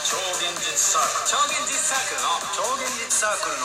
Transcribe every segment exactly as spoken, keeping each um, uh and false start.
超現実サークル超現実サークルの超現実サークルの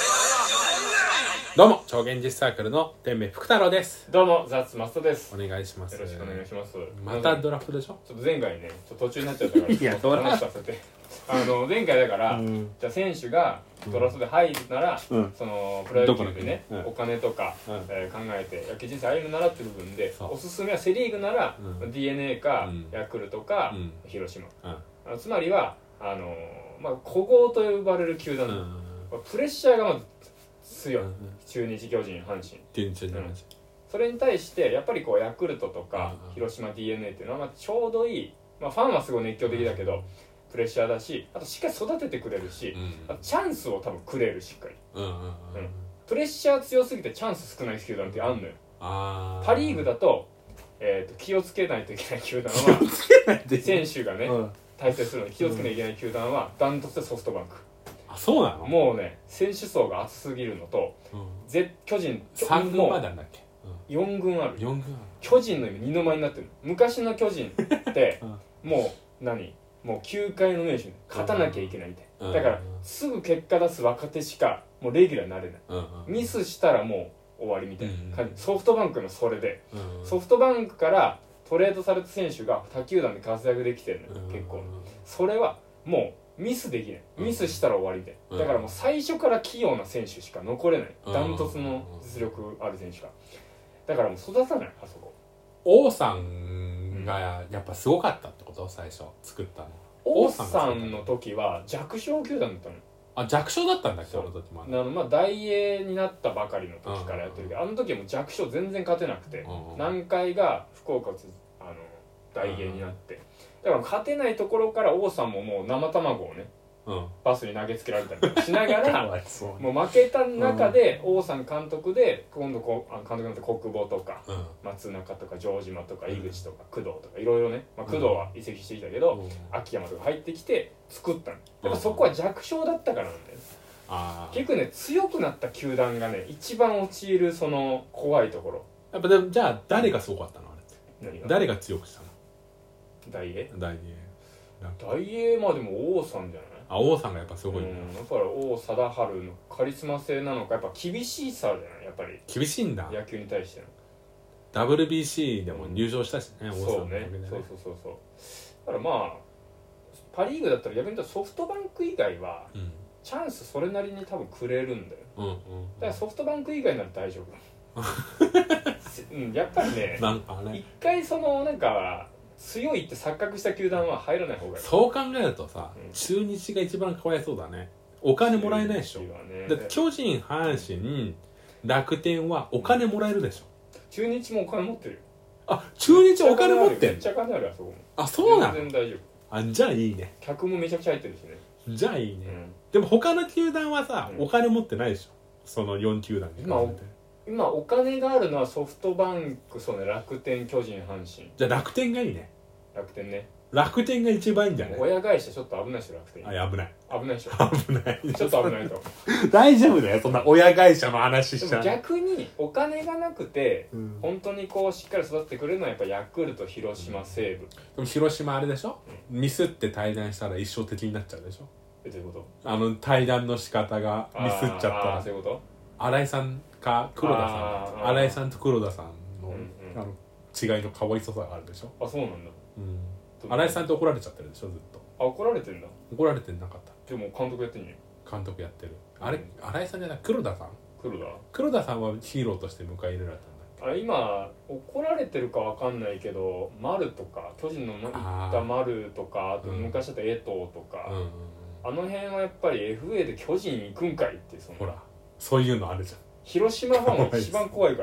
どうも超現実サークルの天命福太郎です。 どうもザッツマストです。 お願いします。 よろしくお願いします。 またドラフトでしょ。 ちょっと前回ねちょっと途中になっちゃったからいやドラフト話させてあの前回だから、うん、じゃあ選手がドラフトで入るなら、うん、そのプロ野球でね、うん、お金とか、うんえー、考えて野球人生歩むならっていう部分でおすすめはセリーグなら、うん、ディーエヌエー か、うん、ヤクルトか、うん、広島、うん、あのつまりはあのーまあ、古豪と呼ばれる球団、うん、プレッシャーがまず強い、うん、中日巨人阪神中日、うん、それに対してやっぱりこうヤクルトとか、うん、広島 ディーエヌエー っていうのはまあちょうどいい、まあ、ファンはすごい熱狂的だけど、うん、プレッシャーだしあとしっかり育ててくれるし、うん、あとチャンスを多分くれるしっかり、うんうんうんうん、プレッシャー強すぎてチャンス少ない球団ってあんのよ。あパリーグだと、えー、と気をつけないといけない球団は選手がね、うん対戦するのに気をつけなきゃいけない球団はダントツでソフトバンク。 あ、そうなの？ もうね選手層が厚すぎるのと、うん、Z 巨人さん軍まであるんだっけ、 うん、よん軍ある。 よん軍ある。 巨人の二の舞になってる。昔の巨人って、うん、もう何もう球界の名手勝たなきゃいけないみたいな、うん、だからすぐ結果出す若手しかもうレギュラーになれない、うん、ミスしたらもう終わりみたいな感じ、うん、ソフトバンクのそれで、うん、ソフトバンクからトレードされた選手が他球団で活躍できてるのよ、結構。それはもうミスできない。ミスしたら終わりで。だからもう最初から器用な選手しか残れない。ダントツの実力ある選手が。だからもう育たない、あそこ。 王さんがやっぱすごかったってこと？最初作ったの。 王さんの時は弱小球団だったの。 あ、弱小だったんだっけ？あの時も。 あのまあ大英になったばかりの時からやってるけど、あの時はもう弱小全然勝てなくて、南海が福岡あの大英になって、だから勝てないところから王さんももう生卵をね、うん、バスに投げつけられたりしながらもう負けた中で王さん監督で今度こ監督になって国母とか、うん、松中とか城島とか井口とか工藤とかいろいろね、まあ、工藤は移籍してきたけど、うん、秋山とか入ってきて作ったの。だからそこは弱小だったからなんだよね。あ結局ね強くなった球団がね一番陥るその怖いところ。 やっぱでもじゃあ誰がすごかったの？あれって何が誰が強くしたの？ 大英大英大英まあでも王さんじゃない？ あ、王さんがやっぱすごい、ね、 うん、やっぱり王貞治のカリスマ性なのかやっぱ厳しさじゃないやっぱり厳しいんだ野球に対してのダブリュービーシー でも入場したしね、うん、王さんそうねそうそうそうそうだからまあパリーグだったら逆に言うとソフトバンク以外は、うん、チャンスそれなりに多分くれるんだよ、うんうんうん、だからソフトバンク以外なら大丈夫うん、やっぱりねなんかね一回そのなんか強いって錯覚した球団は入らない方がいい。 そう考えるとさ、うん、中日が一番かわいそうだね。お金もらえないでしょ、ね、だって巨人、阪神、楽天はお金もらえるでしょ。 中日もお金持ってるよ。 あ、中日お金持ってんの？ めっちゃ金あるあそこも。 あ、そうなの？ 全然大丈夫。 あ、じゃあいいね。 客もめちゃくちゃ入ってるしね。 じゃあいいね、うん、でも他の球団はさ、うん、お金持ってないでしょ。そのよん球団に今今お金があるのはソフトバンク、そうね、楽天、巨人、阪神。 じゃあ楽天がいいね。 楽天ね。 楽天が一番いいんじゃない？ 親会社ちょっと危ないでしょ楽天。 あ、いや危ない。 危ないでしょ。 危ない。 ちょっと危ないと。 大丈夫だよそんな親会社の話しちゃう。 でも逆にお金がなくて、うん、本当にこうしっかり育ってくれるのはやっぱヤクルト、広島、西武。でも広島あれでしょ？うん、ミスって退団したら一生的になっちゃうでしょ？ え、どういうこと？ あの退団の仕方がミスっちゃったら。 ああ、そういうこと？ 新井さんか黒田さん、新井さんと黒田さんの、うんうん、あの違いの可愛さがあるでしょ。 あ、そうなんだ。 うん、新井さんって怒られちゃってるでしょずっと。 あ、怒られてんだ。 怒られてなかった。 でも監督やってんのよ。 監督やってる。あれ、うん、新井さんじゃない黒田さん。 黒田。 黒田さんはヒーローとして迎え入れられたんだっけ。 あれ今怒られてるかわかんないけど、丸とか巨人の行った丸とか、あと昔だった江藤とか、うんうんうん、あの辺はやっぱり エフエー で巨人行くんかいってその。 ほら。そういうのあるじゃん。 広島ファンは一番怖いから。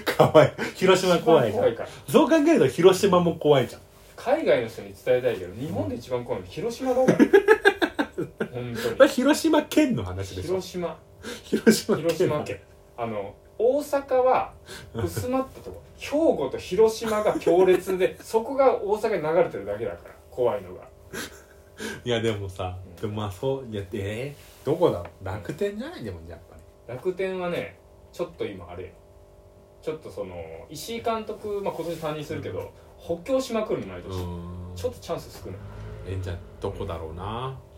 かわいい。広島怖いから。そう考えると広島も怖いじゃん。 海外の人に伝えたいけど、日本で一番怖いの広島だから。本当に。 広島県の話でしょ。 広島。 広島県。 広島県。あの大阪は薄まったとこ。兵庫と広島が強烈で、そこが大阪に流れてるだけだから怖いのが。 いやでもさ、うん、でもまあそうやってえー、どこだ楽天じゃないでもやっぱり。 楽天はね。ちょっと今あれよちょっとその石井監督、まあ、今年担任するけど、うん、補強しまくるの毎年ちょっとチャンス少ない。 えじゃあどこだろうな、 ま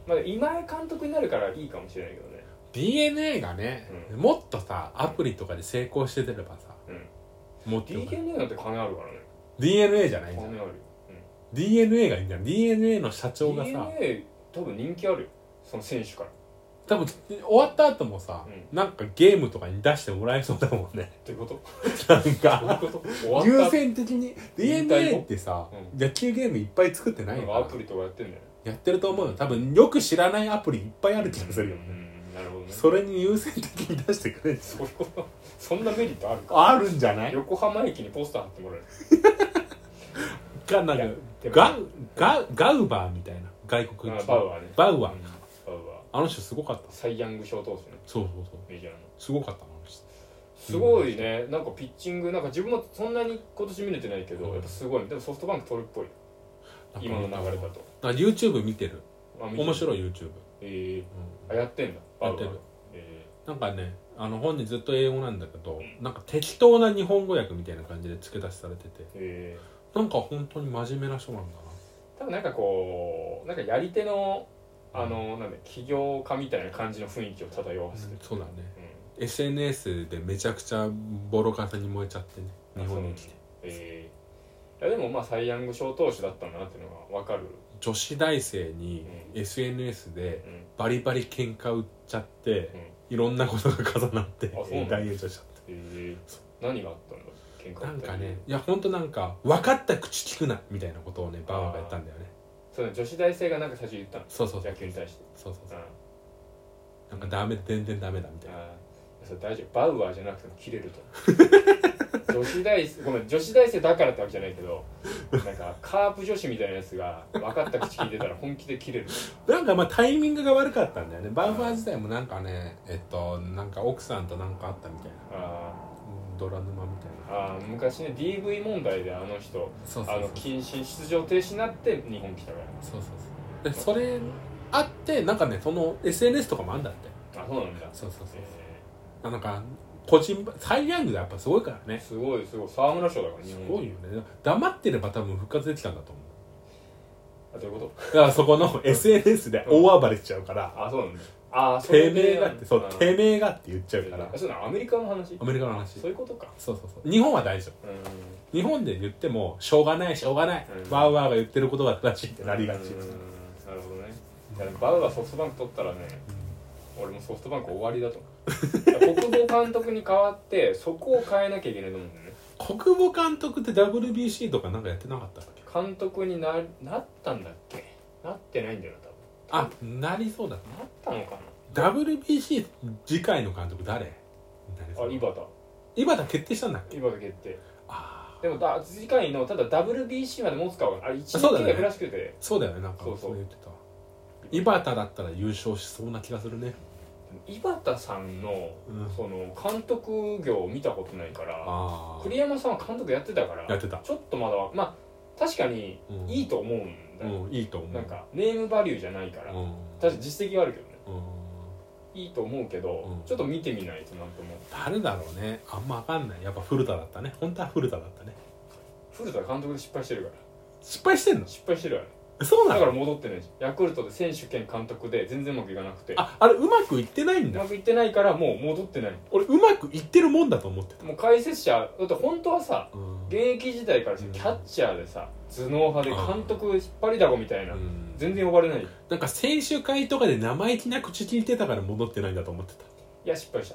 まあ、今井監督になるからいいかもしれないけどね。 ディーエヌエー がね、うん、もっとさアプリとかで成功しててればさ、うん、もっとディーエヌエー なんて金あるからね。 ディーエヌエー じゃないんじゃん。 金あるよ、 うん、ディーエヌエー がいいんじゃん。 ディーエヌエー の社長がさディーエヌエー 多分人気あるよ、その選手から。 多分終わった後もさ、うん、なんかゲームとかに出してもらえそうだもんね。 ってことなんか優先的に ディーエヌエー ってさ、うん、野球ゲームいっぱい作ってないからアプリとかやってんだよ。 やってると思うよ。多分よく知らないアプリいっぱいある気がするよね、 うんうん、なるほどね。 それに優先的に出してくれる。 そういうこと。そんなメリットあるか。 あるんじゃない。 横浜駅にポスター貼ってもらえるがなんかガウガガウバーみたいな外国人。 バウアーね。 バウアー、うん、バウアー。あの人すごかった。 サイ・ヤング賞投手ね。 そうそうそう。 メジャーの。 すごかったな、あの人。 すごいね。なんかピッチングなんか自分もそんなに今年見れてないけど、うん、やっぱすごい。でもソフトバンク取るっぽい。今の流れだと。 あ YouTube 見てる。面白い YouTube。 えー、うん、あやってんだ。 やってる。えー、なんかね、あの本人ずっと英語なんだけど、うん、なんか適当な日本語訳みたいな感じで付け出しされてて、えー、なんか本当に真面目な人なんだな。 多分なんかこうなんかやり手のあのなんだ起業家みたいな感じの雰囲気を漂わせてる、 うん、そうだね、うん、エスエヌエス でめちゃくちゃボロカスに燃えちゃってね、日本に来て。えー、いやでもまあサイ・ヤング賞投手だったんだなっていうのが分かる。 女子大生に エスエヌエス でバリバリ喧嘩売っちゃって、うん、いろんなことが重なって大炎上しちゃった。 えー、何があったんだ喧嘩。 なんかね、いやほんとなんか分かった口聞くなみたいなことをねバーバーが言ったんだよね。 そうね、女子大生がなんか最初言ったの。 そうそうそう、 野球に対して。 そうそうそう、うん、なんかダメ、全然ダメだみたいな。あそれ大丈夫、バウアーじゃなくても切れると女子大生、ごめん、女子大生だからってわけじゃないけど、なんかカープ女子みたいなやつが分かった口聞いてたら本気で切れる。 なんかまあタイミングが悪かったんだよね。バウアー自体もなんかね、えっとなんか奥さんとなんかあったみたいな。あドラ沼みたいな。 あ昔ね ディーブイ 問題であの人あの禁止出場停止になって日本来たから。 そうそうそう。でそれあってなんかねその エスエヌエス とかもあんだって。 あそうなんだ。 そうそうそう。えー、なんか個人サイ・ヤングがやっぱすごいからね。 すごいすごい沢村賞だから日本。 すごいよね。黙ってれば多分復活できたんだと思う。 あどういうこと？ だからそこの エスエヌエス で大暴れしちゃうから。 あそうなんだ。あてめえがってそうてめえがって言っちゃうから。 そうなアメリカの話？ アメリカの話。 そういうことか。 そうそうそう。日本は大丈夫。日本で言ってもしょうがないしょうがない。バウアーが言ってることが正しいってなりがち。なるほどね。いやバウアーソフトバンク取ったらね、俺もソフトバンク終わりだと思う。国母監督に代わってそこを変えなきゃいけないと思うんだよね。 国母監督って ダブリュービーシー とかなんかやってなかったっけ？ 監督に な, なったんだっけ？なってないんだよな多分。あ、なりそうだ。なったのかな。 ダブリュービーシー 次回の監督誰？ あ、井端。 井端決定したんだっけ？ 井端決定。ああ。でもだ次回のただ ダブリュービーシー まで持つかはあれいちねん契約らしくて。 そうだよね。なんかそうそう言ってた。井端だったら優勝しそうな気がするね。 井端さんの、うん、その監督業を見たことないから、栗山さんは監督やってたからやってた。 ちょっとまだまあ確かにいいと思うんだよ、 うんうん、いいと思う。 なんかネームバリューじゃないから、うん、確かに実績はあるけどね、うん、いいと思うけど、うん、ちょっと見てみないとなんと思う。 誰だろうね。あんま分かんない。やっぱ古田だったね。本当は古田だったね。 古田監督で失敗してるから。 失敗してんの？ 失敗してるあれ。 そうなの？ だから戻ってないし、ヤクルトで選手兼監督で全然うまくいかなくて。 あ、あれうまくいってないんだ。 うまくいってないからもう戻ってない。 俺うまくいってるもんだと思ってた。 もう解説者だって本当はさ、うん、現役時代からキャッチャーでさ、頭脳派で監督引っ張りだこみたいな、うん、全然呼ばれない。 なんか選手会とかで生意気な口聞いてたから戻ってないんだと思ってた。 いや失敗した。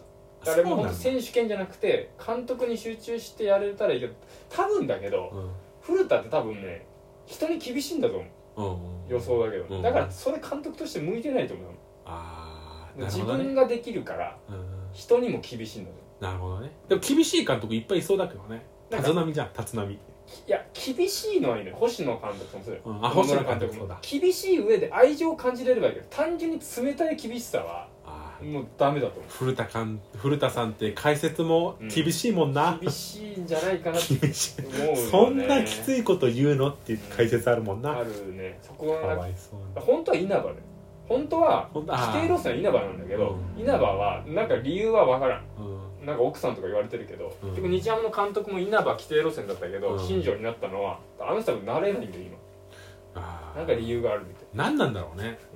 あれも本当選手権じゃなくて監督に集中してやれたらいいけど、多分だけど、うん、古田って多分ね人に厳しいんだと思う。うんうん、予想だけど、うん、だからそれ監督として向いてないと思う。ああ、なるほどね。自分ができるから、うん、人にも厳しいんだと。 なるほどね。でも厳しい監督いっぱいいそうだけどね。立浪じゃん、立浪。いや厳しいのはいいのよ。星野監督もそうよ、うん、 あ星野監督もそうだ。 厳しい上で愛情を感じれればいいけど、単純に冷たい厳しさはもうダメだと思う。 古田かん古田さんって解説も厳しいもんな、 うん、厳しいんじゃないかなって厳しい思うよ、ね、そんなきついこと言うのっていう解説あるもんな、うん、 あるね。そこがかわいそうな。 本当は稲葉で本当は規定路線は稲葉なんだけど、うん、稲葉はなんか理由は分からん、うん、なんか奥さんとか言われてるけど、うん、結局日ハムの監督も稲葉規定路線だったけど、うん、新庄になったのはあの人はなれないんだよ今。あなんか理由があるみたい。 何なんだろうね、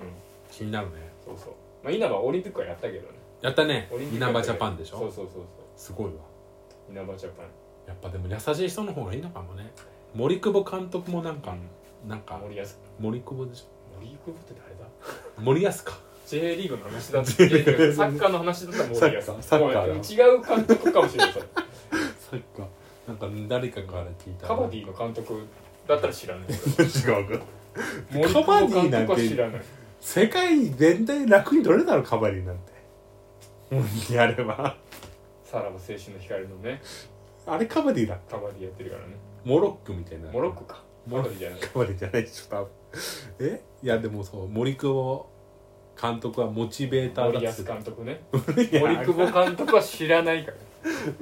気になるね。 そうそう、まあ、稲葉オリンピックはやったけどね。 やったね。 オリンピック稲葉ジャパンでしょ。 そうそうそうそう、 すごいわ。 稲葉ジャパン。 やっぱでも優しい人の方がいいのかもね。森久保監督もなんか、うん、なんか森保森久保でしょ。 森久保って誰だ森保か。 J リーグの話だってサッカーの話だったら森保。 サッカー違う監督かもしれない。それサッカーなんか誰かから聞いた。 カバディの監督だったら知らない。 違うか。 森久保監督は知らない。 世界全体楽に取れたのカバディなんて。やれば。 さらば青春の光のね。 あれカバディだ。 カバディやってるからね。 モロックみたいな。 モロックか。カバディじゃない。 カバディじゃないでしょ多分。え？いやでもそう森久保監督はモチベーターだっ森保監督ね。森久保監督は知らないから。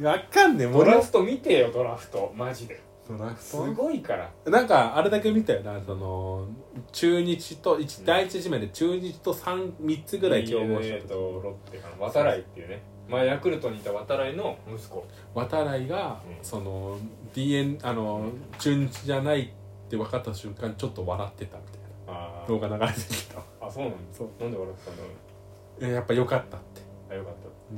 わかんねえ。 ドラフト見てよドラフトマジで。 ドラフトすごいから。 なんかあれだけ見たよな、その中日と一、うん、第一指名で中日と三三つぐらい競合した。 えーとロッテかな。渡来っていうね。前ヤクルトにいた渡来の息子。 渡来が、うん、その ディーエヌ あの、うん、中日じゃないって分かった瞬間ちょっと笑ってたみたいな。動画流れてきた。 あ、そうなんです。なんで笑ってたんだろう。えやっぱ良かったって。 あ、良かった。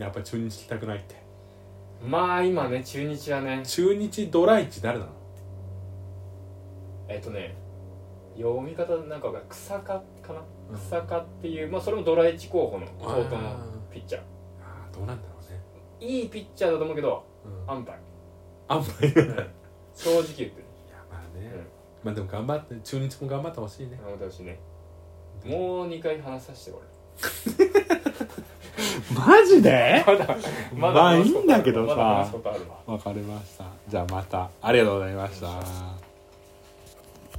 やっぱ中日行きたくないって。 まあ今ね中日はね。 中日ドライチ誰なの？ えっとね読み方なんかが草加かな、うん、草加っていうまあそれもドライチ候補の弟のピッチャー。 ああどうなんだろうね。 いいピッチャーだと思うけど、うん、安牌。 安牌。うん、 正直言ってる。いやまあね。うんまあでも頑張って中日も頑張ってほしいね。 頑張ってほしいね。もうにかい話させてこれ。マジで？ まだまだまあいいんだけどさ。 まだ話すことあるわ。 わかりました。じゃあまたありがとうございました。